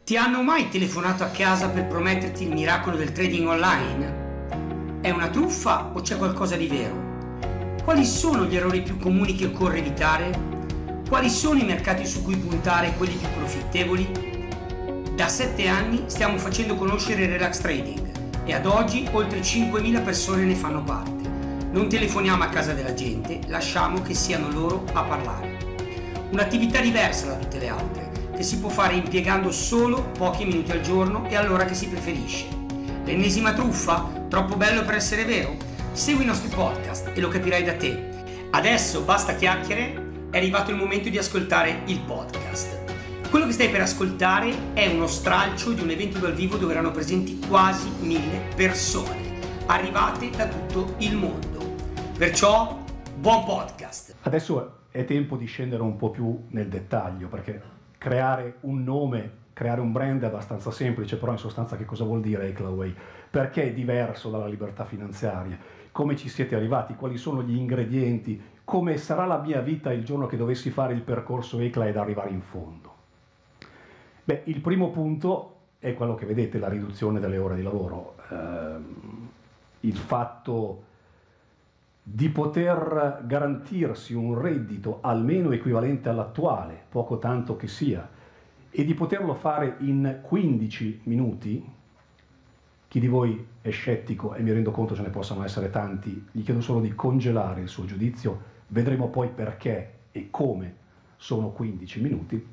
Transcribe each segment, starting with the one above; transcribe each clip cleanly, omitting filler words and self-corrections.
Ti hanno mai telefonato a casa per prometterti il miracolo del trading online? È una truffa o c'è qualcosa di vero? Quali sono gli errori più comuni che occorre evitare? Quali sono i mercati su cui puntare e quelli più profittevoli? Da 7 anni stiamo facendo conoscere il Relax Trading e ad oggi oltre 5.000 persone ne fanno parte. Non telefoniamo a casa della gente, lasciamo che siano loro a parlare. Un'attività diversa da tutte le altre, che si può fare impiegando solo pochi minuti al giorno e all'ora che si preferisce. L'ennesima truffa? Troppo bello per essere vero? Segui i nostri podcast e lo capirai da te. Adesso basta chiacchiere, è arrivato il momento di ascoltare il podcast. Quello che stai per ascoltare è uno stralcio di un evento dal vivo dove erano presenti quasi 1.000 persone, arrivate da tutto il mondo. Perciò, buon podcast! Adesso è tempo di scendere un po' più nel dettaglio, perché creare un nome, creare un brand è abbastanza semplice, però in sostanza che cosa vuol dire Eclaway? Perché è diverso dalla libertà finanziaria? Come ci siete arrivati? Quali sono gli ingredienti? Come sarà la mia vita il giorno che dovessi fare il percorso Ecla ed arrivare in fondo? Beh, il primo punto è quello che vedete, la riduzione delle ore di lavoro. Il fatto di poter garantirsi un reddito almeno equivalente all'attuale, poco tanto che sia, e di poterlo fare in 15 minuti. Chi di voi è scettico, e mi rendo conto ce ne possano essere tanti, gli chiedo solo di congelare il suo giudizio, vedremo poi perché e come sono 15 minuti.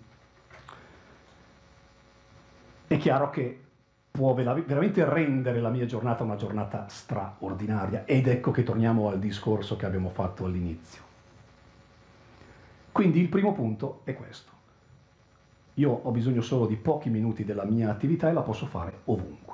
È chiaro che può veramente rendere la mia giornata una giornata straordinaria, ed ecco che torniamo al discorso che abbiamo fatto all'inizio. Quindi il primo punto è questo: io ho bisogno solo di pochi minuti della mia attività e la posso fare ovunque.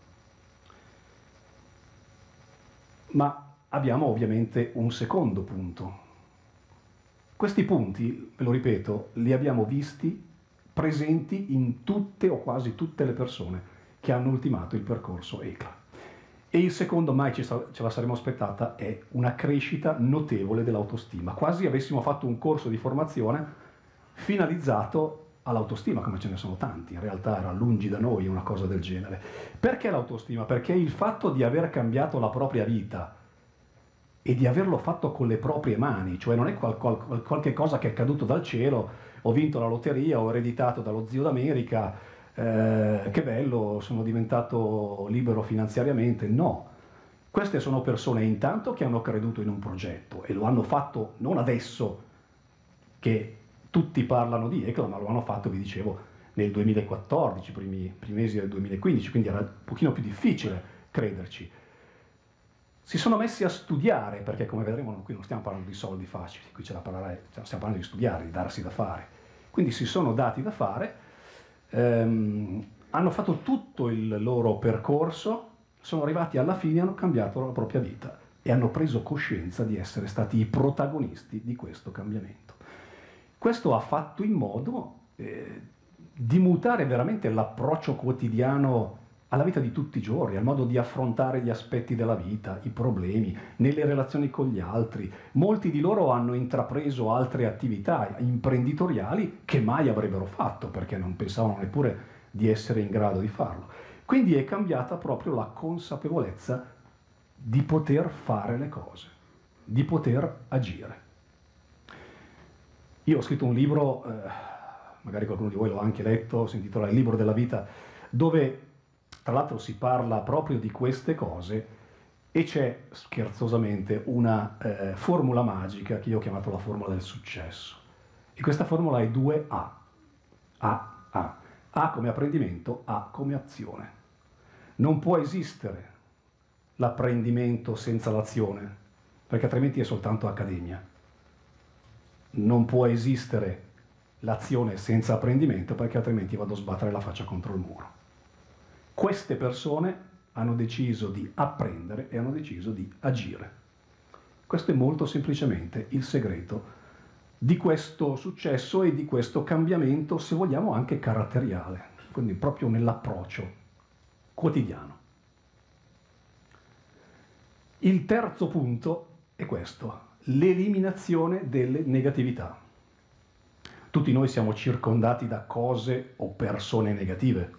Ma abbiamo ovviamente un secondo punto. Questi punti, ve lo ripeto, li abbiamo visti presenti in tutte o quasi tutte le persone che hanno ultimato il percorso Ecla. E il secondo, mai ce la saremmo aspettata, è una crescita notevole dell'autostima. Quasi avessimo fatto un corso di formazione finalizzato all'autostima, come ce ne sono tanti. In realtà era lungi da noi una cosa del genere. Perché l'autostima? Perché il fatto di aver cambiato la propria vita e di averlo fatto con le proprie mani, cioè non è qualche cosa che è caduto dal cielo, ho vinto la lotteria, ho ereditato dallo zio d'America, che bello, sono diventato libero finanziariamente. No, queste sono persone intanto che hanno creduto in un progetto e lo hanno fatto non adesso che tutti parlano di Ecla, ma lo hanno fatto, vi dicevo, nel 2014, primi mesi del 2015, quindi era un pochino più difficile crederci. Si sono messi a studiare, perché come vedremo qui non stiamo parlando di soldi facili, qui stiamo parlando di studiare, di darsi da fare. Quindi si sono dati da fare, hanno fatto tutto il loro percorso, sono arrivati alla fine, hanno cambiato la propria vita e hanno preso coscienza di essere stati i protagonisti di questo cambiamento. Questo ha fatto in modo di mutare veramente l'approccio quotidiano alla vita di tutti i giorni, al modo di affrontare gli aspetti della vita, i problemi, nelle relazioni con gli altri. Molti di loro hanno intrapreso altre attività imprenditoriali che mai avrebbero fatto, perché non pensavano neppure di essere in grado di farlo. Quindi è cambiata proprio la consapevolezza di poter fare le cose, di poter agire. Io ho scritto un libro, magari qualcuno di voi l'ha anche letto, si intitola Il libro della vita, dove tra l'altro si parla proprio di queste cose e c'è scherzosamente una formula magica che io ho chiamato la formula del successo. E questa formula è 2A. A come apprendimento, A come azione. Non può esistere l'apprendimento senza l'azione, perché altrimenti è soltanto accademia. Non può esistere l'azione senza apprendimento, perché altrimenti vado a sbattere la faccia contro il muro. Queste persone hanno deciso di apprendere e hanno deciso di agire. Questo è molto semplicemente il segreto di questo successo e di questo cambiamento, se vogliamo anche caratteriale, quindi proprio nell'approccio quotidiano. Il terzo punto è questo: l'eliminazione delle negatività. Tutti noi siamo circondati da cose o persone negative.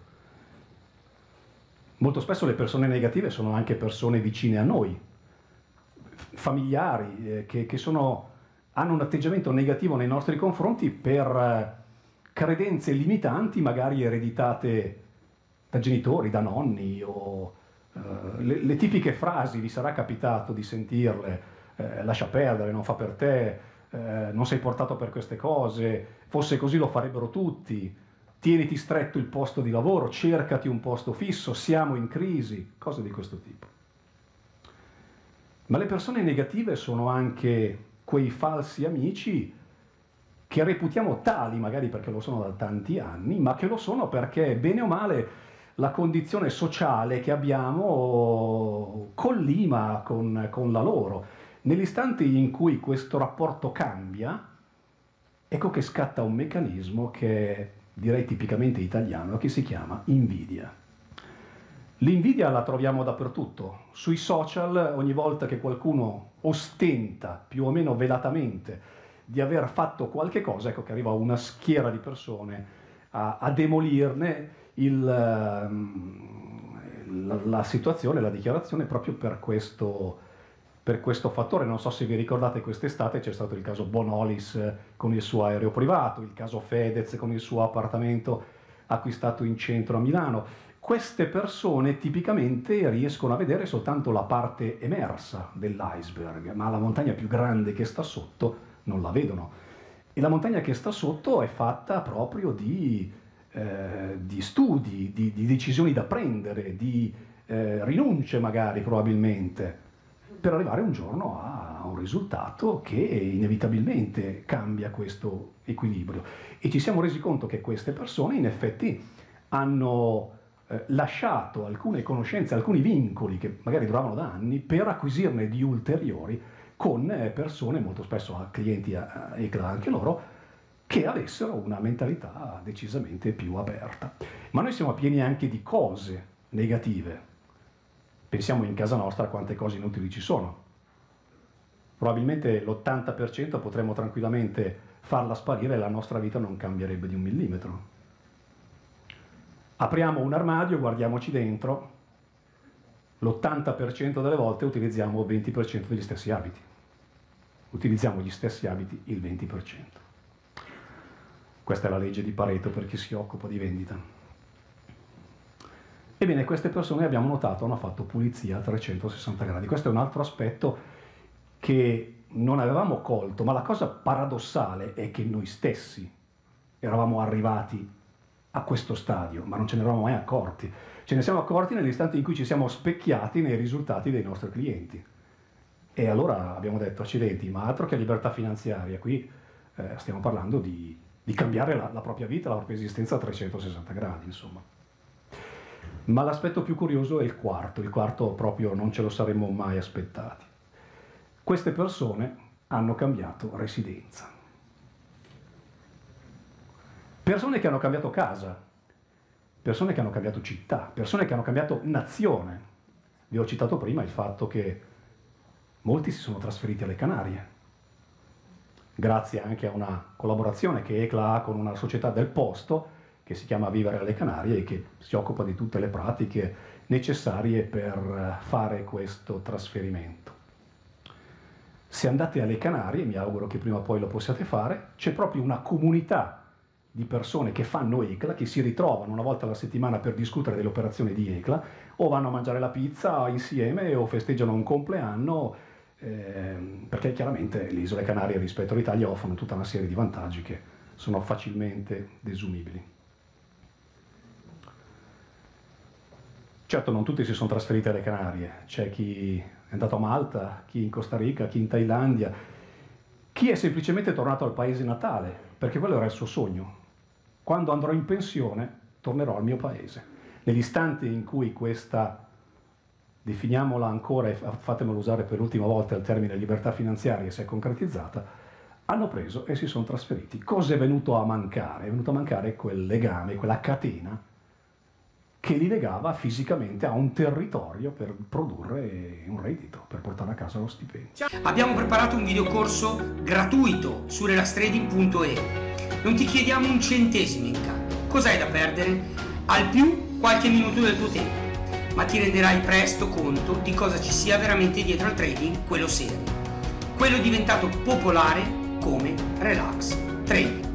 Molto spesso le persone negative sono anche persone vicine a noi, familiari, che hanno un atteggiamento negativo nei nostri confronti per credenze limitanti, magari ereditate da genitori, da nonni, o le tipiche frasi, vi sarà capitato di sentirle, lascia perdere, non fa per te, non sei portato per queste cose, fosse così lo farebbero tutti, tieniti stretto il posto di lavoro, cercati un posto fisso, siamo in crisi, cose di questo tipo. Ma le persone negative sono anche quei falsi amici che reputiamo tali, magari perché lo sono da tanti anni, ma che lo sono perché, bene o male, la condizione sociale che abbiamo collima con la loro. Nell'istante in cui questo rapporto cambia, ecco che scatta un meccanismo che direi tipicamente italiano, che si chiama invidia. L'invidia la troviamo dappertutto. Sui social, ogni volta che qualcuno ostenta, più o meno velatamente, di aver fatto qualche cosa, ecco che arriva una schiera di persone a demolirne la situazione, la dichiarazione, proprio per questo fattore. Non so se vi ricordate, quest'estate c'è stato il caso Bonolis con il suo aereo privato, il caso Fedez con il suo appartamento acquistato in centro a Milano. Queste persone tipicamente riescono a vedere soltanto la parte emersa dell'iceberg, ma la montagna più grande che sta sotto non la vedono. E la montagna che sta sotto è fatta proprio di studi, di decisioni da prendere, di rinunce magari probabilmente, per arrivare un giorno a un risultato che inevitabilmente cambia questo equilibrio. E ci siamo resi conto che queste persone in effetti hanno lasciato alcune conoscenze, alcuni vincoli che magari duravano da anni, per acquisirne di ulteriori con persone, molto spesso clienti ECLA anche loro, che avessero una mentalità decisamente più aperta. Ma noi siamo pieni anche di cose negative. Pensiamo in casa nostra a quante cose inutili ci sono. Probabilmente l'80% potremmo tranquillamente farla sparire e la nostra vita non cambierebbe di 1 millimetro. Apriamo un armadio, guardiamoci dentro, l'80% delle volte utilizziamo il 20% degli stessi abiti. Utilizziamo gli stessi abiti il 20%. Questa è la legge di Pareto per chi si occupa di vendita. Ebbene, queste persone, abbiamo notato, hanno fatto pulizia a 360 gradi. Questo è un altro aspetto che non avevamo colto, ma la cosa paradossale è che noi stessi eravamo arrivati a questo stadio, ma non ce ne eravamo mai accorti. Ce ne siamo accorti nell'istante in cui ci siamo specchiati nei risultati dei nostri clienti. E allora abbiamo detto, accidenti, ma altro che libertà finanziaria, qui stiamo parlando di cambiare la propria vita, la propria esistenza a 360 gradi, insomma. Ma l'aspetto più curioso è il quarto proprio non ce lo saremmo mai aspettati. Queste persone hanno cambiato residenza. Persone che hanno cambiato casa, persone che hanno cambiato città, persone che hanno cambiato nazione. Vi ho citato prima il fatto che molti si sono trasferiti alle Canarie, grazie anche a una collaborazione che ECLA ha con una società del posto che si chiama Vivere alle Canarie e che si occupa di tutte le pratiche necessarie per fare questo trasferimento. Se andate alle Canarie, mi auguro che prima o poi lo possiate fare, c'è proprio una comunità di persone che fanno ECLA, che si ritrovano una volta alla settimana per discutere delle operazioni di ECLA, o vanno a mangiare la pizza insieme o festeggiano un compleanno, perché chiaramente le isole Canarie rispetto all'Italia offrono tutta una serie di vantaggi che sono facilmente desumibili. Certo, non tutti si sono trasferiti alle Canarie, c'è chi è andato a Malta, chi in Costa Rica, chi in Thailandia, chi è semplicemente tornato al paese natale, perché quello era il suo sogno. Quando andrò in pensione tornerò al mio paese. Nell'istante in cui questa, definiamola ancora e fatemelo usare per l'ultima volta il termine libertà finanziaria, si è concretizzata, hanno preso e si sono trasferiti. Cosa è venuto a mancare? È venuto a mancare quel legame, quella catena che li legava fisicamente a un territorio per produrre un reddito, per portare a casa lo stipendio. Abbiamo preparato un videocorso gratuito su relastrading.e. Non ti chiediamo un centesimo in cambio. Cos'hai da perdere? Al più qualche minuto del tuo tempo, ma ti renderai presto conto di cosa ci sia veramente dietro al trading, quello serio, quello diventato popolare come relax trading.